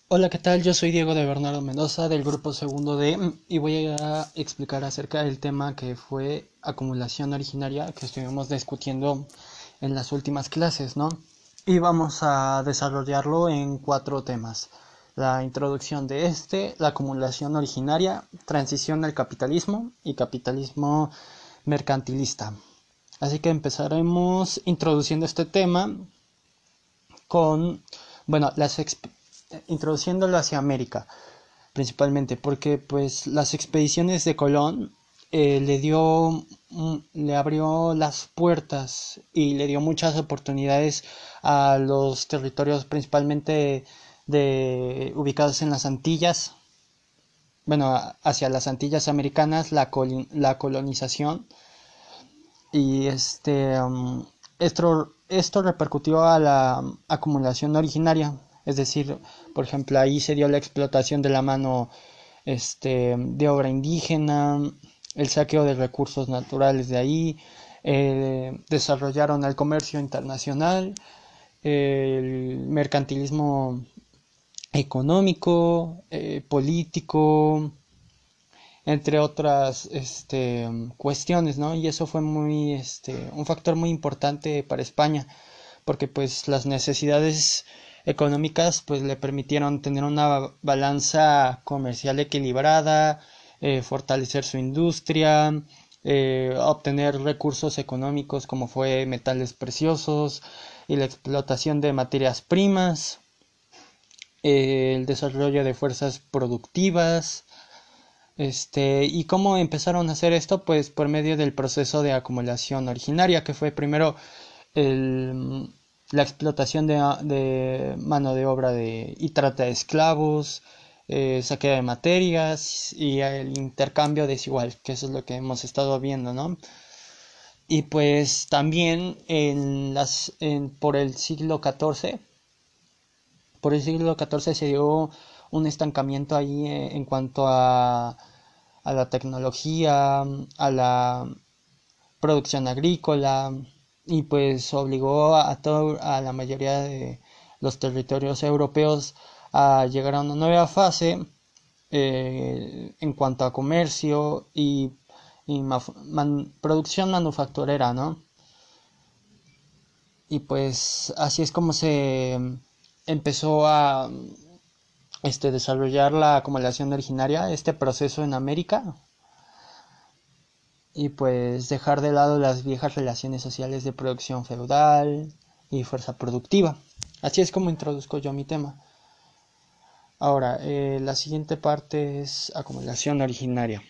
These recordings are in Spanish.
Hola, ¿qué tal? Yo soy Diego de Bernardo Mendoza del grupo segundo D y voy a explicar acerca del tema que fue acumulación originaria que estuvimos discutiendo en las últimas clases, ¿no? Y vamos a desarrollarlo en cuatro temas. La introducción de la acumulación originaria, transición al capitalismo y capitalismo mercantilista. Así que empezaremos introduciendo este tema con, bueno, introduciéndolo hacia América, principalmente, porque pues las expediciones de Colón le abrió las puertas y le dio muchas oportunidades a los territorios principalmente ubicados en las Antillas, bueno, hacia las Antillas americanas, la colonización y esto repercutió a la acumulación originaria, es decir, por ejemplo, ahí se dio la explotación de la mano de obra indígena, el saqueo de recursos naturales de ahí, desarrollaron el comercio internacional, el mercantilismo económico, político, entre otras cuestiones, ¿no? Y eso fue un factor muy importante para España, porque pues las necesidades económicas pues le permitieron tener una balanza comercial equilibrada, fortalecer su industria, obtener recursos económicos como fue metales preciosos y la explotación de materias primas, el desarrollo de fuerzas productivas. ¿Y cómo empezaron a hacer esto? Pues por medio del proceso de acumulación originaria, que fue primero el, la explotación de mano de obra y trata de esclavos, saqueo de materias y el intercambio desigual, que eso es lo que hemos estado viendo, ¿no? Y pues también por el siglo XIV se dio un estancamiento ahí en cuanto a la tecnología, a la producción agrícola y pues obligó a la mayoría de los territorios europeos a llegar a una nueva fase en cuanto a comercio y producción manufacturera, ¿no? Y pues así es como se empezó a desarrollar la acumulación originaria, este proceso en América, y pues dejar de lado las viejas relaciones sociales de producción feudal y fuerza productiva. Así es como introduzco yo mi tema. Ahora, la siguiente parte es acumulación originaria.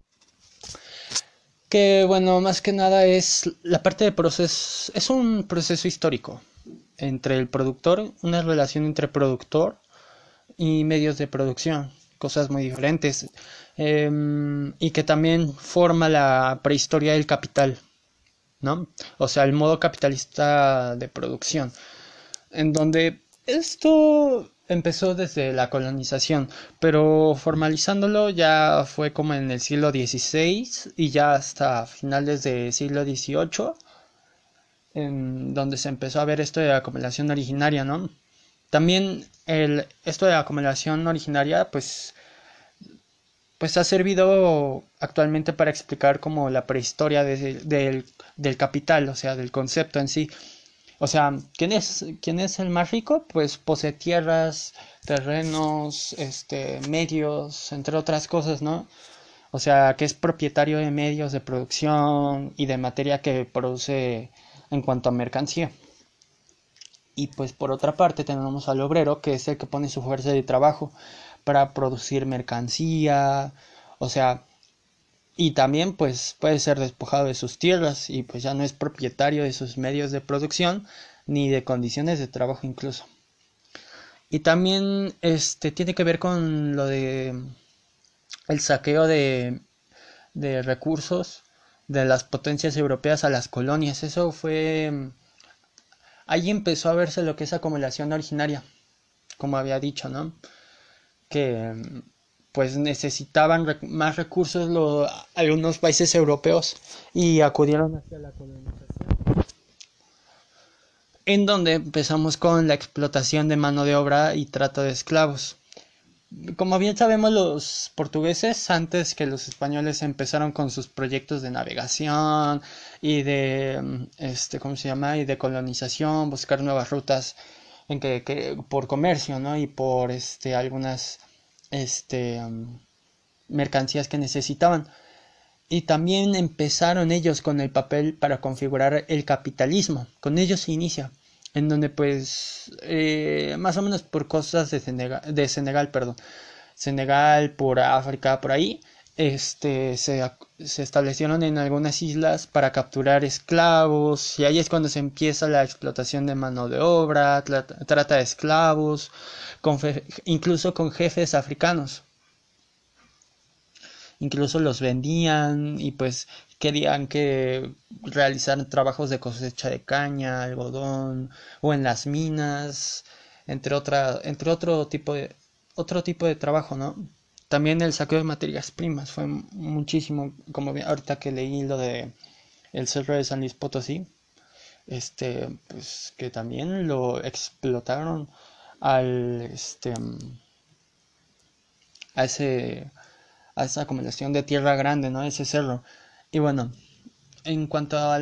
Que bueno, más que nada es la parte de proceso, es un proceso histórico entre el productor, una relación entre productor y medios de producción, cosas muy diferentes, y que también forma la prehistoria del capital, ¿no? O sea, el modo capitalista de producción, en donde esto empezó desde la colonización, pero formalizándolo ya fue como en el siglo XVI y ya hasta finales del siglo XVIII, en donde se empezó a ver esto de acumulación originaria, ¿no? También esto de acumulación originaria, pues ha servido actualmente para explicar como la prehistoria del capital, o sea, del concepto en sí. O sea, quién es el más rico? Pues posee tierras, terrenos, medios, entre otras cosas, ¿no? O sea, que es propietario de medios de producción y de materia que produce en cuanto a mercancía. Y pues por otra parte tenemos al obrero, que es el que pone su fuerza de trabajo para producir mercancía, o sea, y también pues puede ser despojado de sus tierras y pues ya no es propietario de sus medios de producción ni de condiciones de trabajo incluso. Y también tiene que ver con lo de el saqueo de recursos de las potencias europeas a las colonias. Eso fue ahí empezó a verse lo que es acumulación originaria, como había dicho, ¿no? Que pues necesitaban más recursos algunos países europeos y acudieron hacia la colonización, en donde empezamos con la explotación de mano de obra y trata de esclavos. Como bien sabemos, los portugueses, antes que los españoles, empezaron con sus proyectos de navegación y de, ¿cómo se llama? Y de colonización, buscar nuevas rutas por comercio, ¿no? Y por, algunas, este, mm, mercancías que necesitaban. Y también empezaron ellos con el papel para configurar el capitalismo. Con ellos se inicia, en donde pues más o menos por cosas de Senegal, perdón, Senegal, por África, por ahí, se establecieron en algunas islas para capturar esclavos, y ahí es cuando se empieza la explotación de mano de obra, trata de esclavos, incluso con jefes africanos. Incluso los vendían y pues querían que realizaran trabajos de cosecha de caña, algodón o en las minas, entre otro tipo de trabajo, ¿no? También el saqueo de materias primas fue muchísimo, como ahorita que leí lo de el Cerro de San Luis Potosí, pues que también lo explotaron al, a ese a esa acumulación de tierra grande, ¿no? Ese cerro. Y bueno, en cuanto a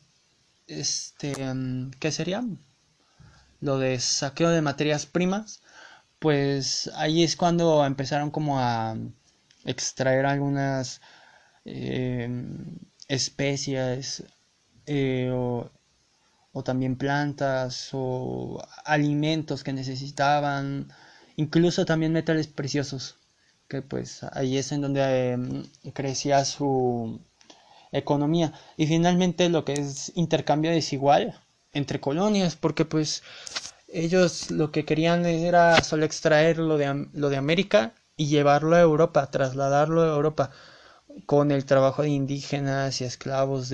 ¿qué sería? Lo de saqueo de materias primas, pues ahí es cuando empezaron como a extraer algunas eh, especies eh, o, o también plantas o alimentos que necesitaban, incluso también metales preciosos, que pues ahí es en donde crecía su economía. Y finalmente lo que es intercambio desigual entre colonias, porque pues ellos lo que querían era solo extraer lo de América y llevarlo a Europa, trasladarlo a Europa con el trabajo de indígenas y esclavos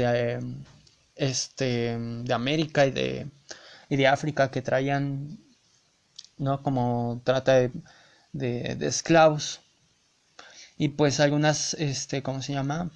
de América y de África que traían, ¿no? Como trata de esclavos. Y pues algunas, ¿cómo se llama?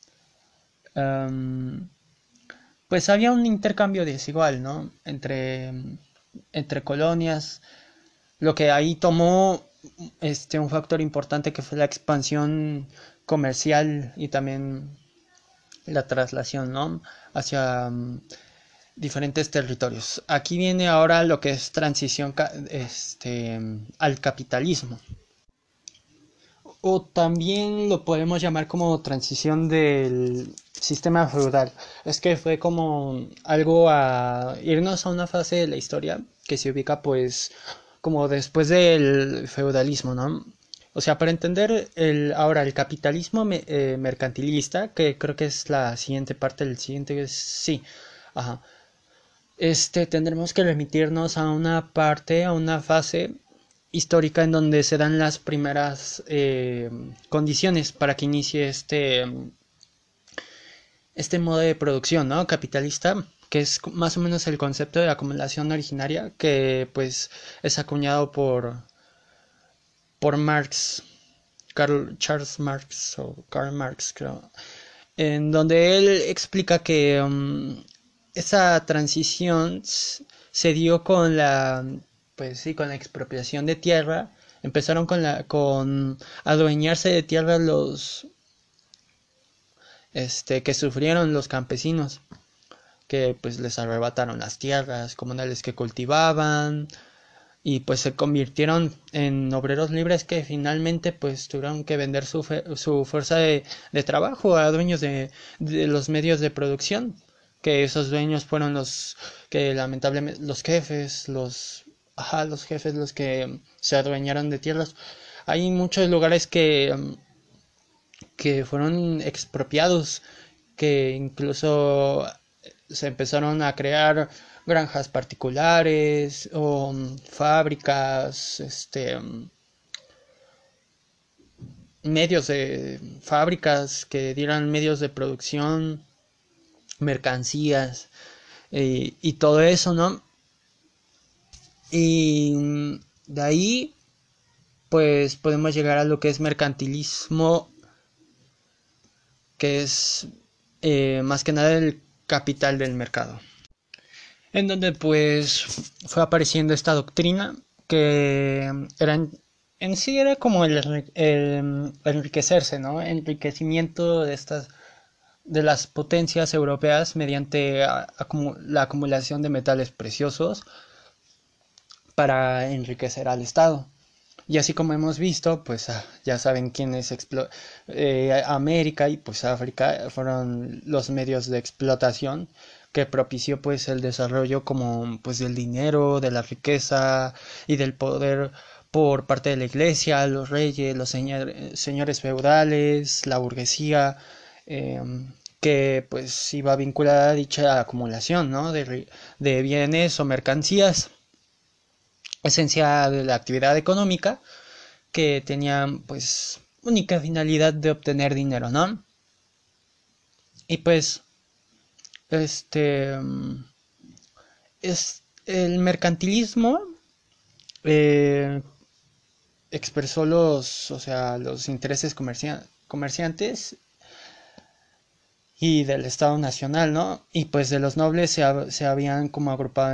Em, pues había un intercambio desigual, ¿no? Entre colonias, lo que ahí tomó un factor importante que fue la expansión comercial y también la traslación, ¿no? Hacia diferentes territorios. Aquí viene ahora lo que es transición al capitalismo. O también lo podemos llamar como transición del sistema feudal. Es que fue como algo a irnos a una fase de la historia que se ubica pues como después del feudalismo, ¿no? O sea, para entender ahora el capitalismo mercantilista, que creo que es la siguiente parte del siguiente, sí, ajá. Tendremos que remitirnos a una parte, a una fase histórica en donde se dan las primeras condiciones para que inicie este modo de producción, ¿no? Capitalista, que es más o menos el concepto de acumulación originaria que pues es acuñado por Marx, Charles Marx o Karl Marx, creo, en donde él explica que esa transición se dio con pues sí, con la expropiación de tierra. Empezaron con adueñarse de tierra que sufrieron los campesinos, que pues les arrebataron las tierras comunales que cultivaban y pues se convirtieron en obreros libres que finalmente pues tuvieron que vender su fuerza de trabajo a dueños de los medios de producción, que esos dueños fueron los que lamentablemente los jefes los que se adueñaron de tierras. Hay muchos lugares que fueron expropiados, que incluso se empezaron a crear granjas particulares o fábricas, medios de fábricas que dieran medios de producción, mercancías y todo eso, ¿no? Y de ahí, pues podemos llegar a lo que es mercantilismo, que es más que nada el capital del mercado, en donde pues fue apareciendo esta doctrina que eran en sí era como el enriquecerse, ¿no? Enriquecimiento de las potencias europeas mediante la acumulación de metales preciosos para enriquecer al Estado. Y así como hemos visto, pues ya saben quiénes América y pues África fueron los medios de explotación que propició pues el desarrollo como pues del dinero, de la riqueza y del poder por parte de la iglesia, los reyes, los señores feudales, la burguesía, eh, que pues iba vinculada a dicha acumulación, ¿no? De bienes o mercancías, esencia de la actividad económica que tenían pues única finalidad de obtener dinero, ¿no? Y pues este es el mercantilismo eh, expresó o sea, los intereses comerciantes y del Estado Nacional, ¿no? Y pues de los nobles se habían como agrupado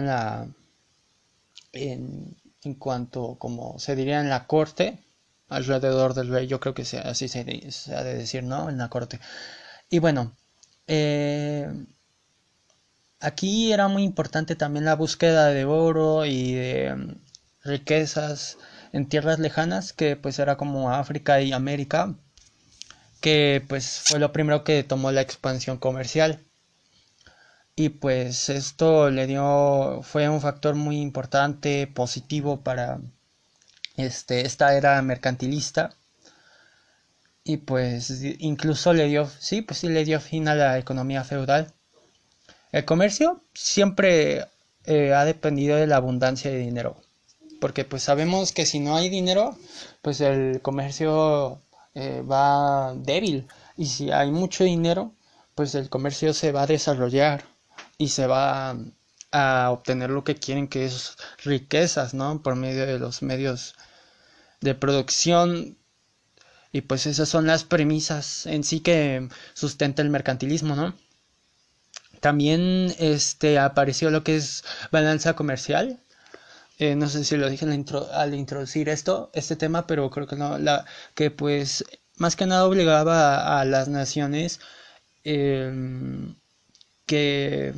en cuanto, como se diría, en la corte, alrededor del rey, yo creo que así se ha de decir, ¿no? En la corte. Y bueno, eh, aquí era muy importante también la búsqueda de oro y de riquezas en tierras lejanas, que pues era como África y América, que pues fue lo primero que tomó la expansión comercial. Y pues esto fue un factor muy importante, positivo para esta era mercantilista. Y pues incluso sí, pues sí le dio fin a la economía feudal. El comercio siempre ha dependido de la abundancia de dinero, porque pues sabemos que si no hay dinero, pues el comercio va débil, y si hay mucho dinero, pues el comercio se va a desarrollar y se va a obtener lo que quieren, que es riquezas, ¿no? Por medio de los medios de producción. Y pues esas son las premisas en sí que sustenta el mercantilismo, ¿no? También apareció lo que es balanza comercial. No sé si lo dije al introducir este tema, pero creo que no, que pues más que nada obligaba a las naciones eh, que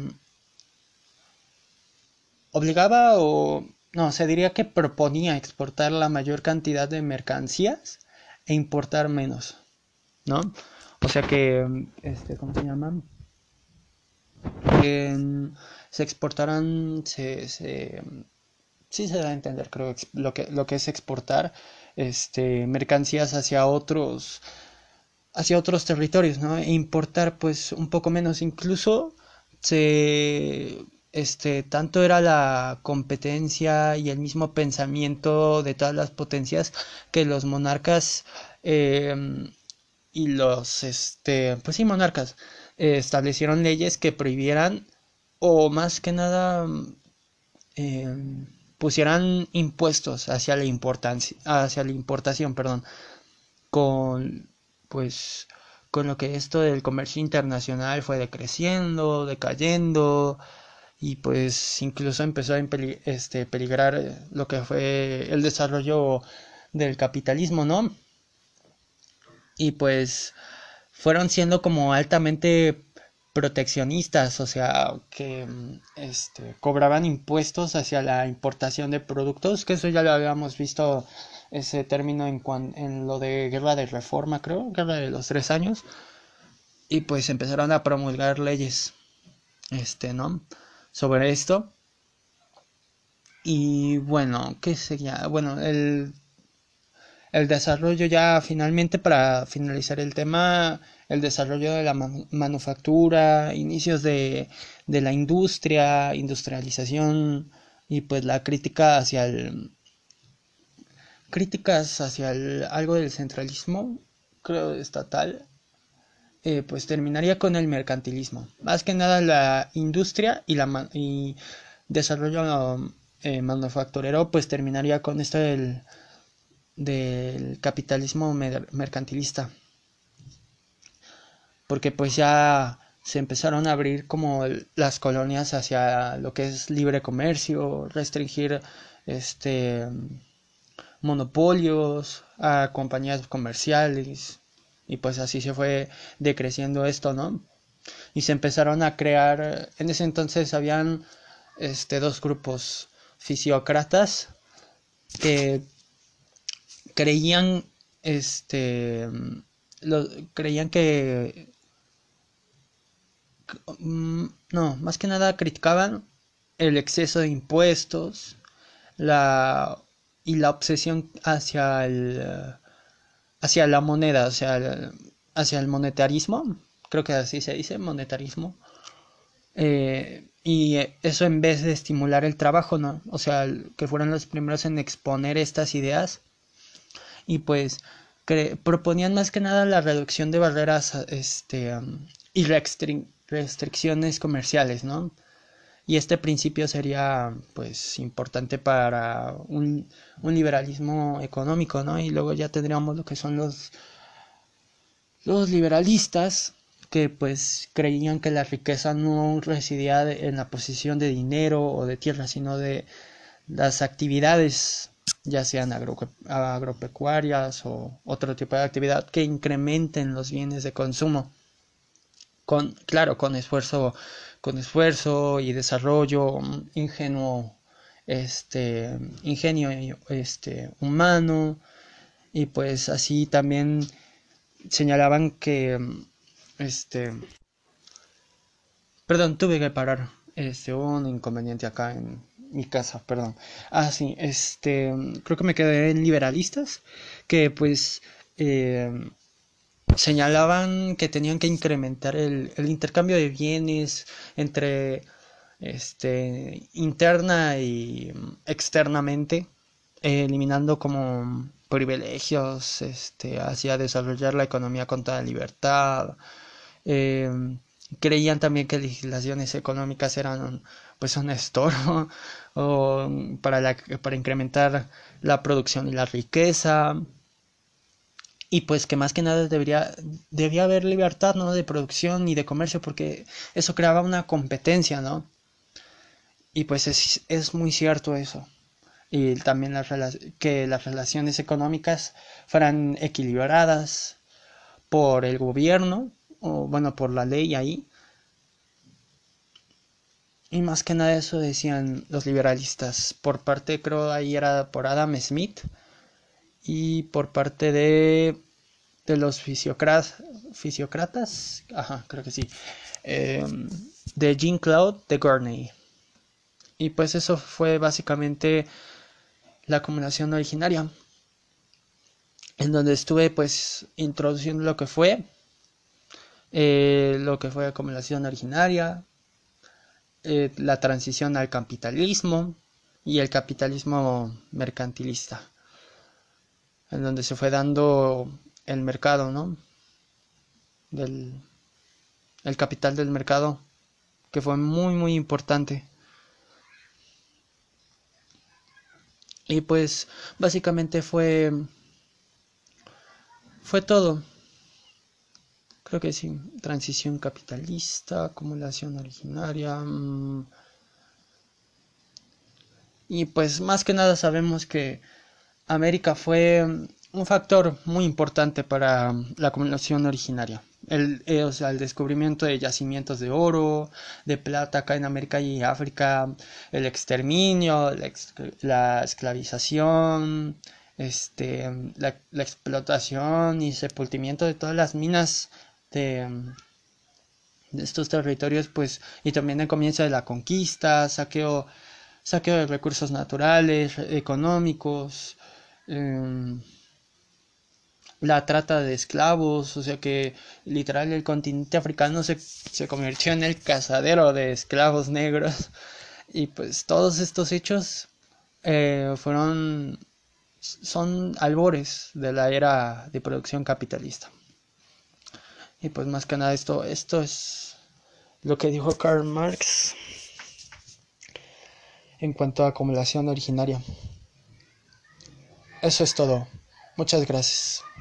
obligaba o no, se diría que proponía exportar la mayor cantidad de mercancías e importar menos, ¿no? O sea que, ¿cómo se llaman? Que se exportaran, sí se da a entender, creo, lo que es exportar mercancías hacia otros territorios, ¿no? E importar pues un poco menos. Incluso tanto era la competencia y el mismo pensamiento de todas las potencias que los monarcas eh, y pues sí, monarcas establecieron leyes que prohibieran o más que nada eh, pusieran impuestos hacia la importación, perdón, con pues con lo que esto del comercio internacional fue decreciendo, decayendo y pues incluso empezó a peligrar lo que fue el desarrollo del capitalismo, ¿no? Y pues fueron siendo como altamente proteccionistas, o sea, que cobraban impuestos hacia la importación de productos, que eso ya lo habíamos visto ese término en lo de guerra de reforma, creo, guerra de los 3 años, y pues empezaron a promulgar leyes, ¿no? Sobre esto. Y bueno, ¿qué sería? Bueno, el desarrollo ya finalmente para finalizar el tema, el desarrollo de la manufactura, inicios de la industrialización y pues la críticas hacia algo del centralismo, creo estatal, pues terminaría con el mercantilismo. Más que nada la industria y desarrollo manufacturero, pues terminaría con esto del capitalismo mercantilista, porque pues ya se empezaron a abrir como las colonias hacia lo que es libre comercio, restringir este monopolios, a compañías comerciales, y pues así se fue decreciendo esto, ¿no? Y se empezaron a crear, en ese entonces habían dos grupos fisiócratas que creían este creían que no, más que nada criticaban el exceso de impuestos, la y la obsesión hacia la moneda, hacia el monetarismo, creo que así se dice, monetarismo. Y eso en vez de estimular el trabajo, ¿no? O sea, que fueron los primeros en exponer estas ideas y pues proponían más que nada la reducción de barreras y restricciones comerciales, ¿no? Y este principio sería pues importante para un liberalismo económico, ¿no? Y luego ya tendríamos lo que son los liberalistas, que pues creían que la riqueza no residía en la posición de dinero o de tierra, sino de las actividades, ya sean agropecuarias o otro tipo de actividad que incrementen los bienes de consumo. Claro, con esfuerzo y desarrollo ingenuo, ingenio humano, y pues así también señalaban que perdón, tuve que parar. Hubo un inconveniente acá en mi casa, perdón. Sí, creo que me quedé en liberalistas, que pues eh, señalaban que tenían que incrementar el intercambio de bienes entre interna y externamente, eliminando como privilegios hacia desarrollar la economía con toda libertad. eh, Creían también que legislaciones económicas eran pues un estorbo o para incrementar la producción y la riqueza, y pues que más que nada debía haber libertad, ¿no? De producción y de comercio, porque eso creaba una competencia, ¿no? Y pues es muy cierto eso. Y también que las relaciones económicas fueran equilibradas por el gobierno, o bueno, por la ley ahí. Y más que nada eso decían los liberalistas. Por parte, creo, ahí era por Adam Smith. Y por parte de los fisiócratas, ajá, creo que sí, eh, de Jean-Claude de Gournay. Y pues eso fue básicamente la acumulación originaria, en donde estuve pues introduciendo lo que fue acumulación originaria, la transición al capitalismo y el capitalismo mercantilista, en donde se fue dando el mercado, ¿no? Del el capital del mercado, que fue muy muy importante. Y pues básicamente fue todo. Creo que sí, transición capitalista, acumulación originaria. Y pues más que nada sabemos que América fue un factor muy importante para la acumulación originaria. O sea, el descubrimiento de yacimientos de oro, de plata acá en América y África, el exterminio, la esclavización, la explotación y sepultamiento de todas las minas de, de estos territorios, pues, y también el comienzo de la conquista, saqueo de recursos naturales, económicos, eh, la trata de esclavos, o sea que literal el continente africano se convirtió en el cazadero de esclavos negros. Y pues todos estos hechos son albores de la era de producción capitalista. Y pues más que nada esto es lo que dijo Karl Marx en cuanto a acumulación originaria. Eso es todo. Muchas gracias.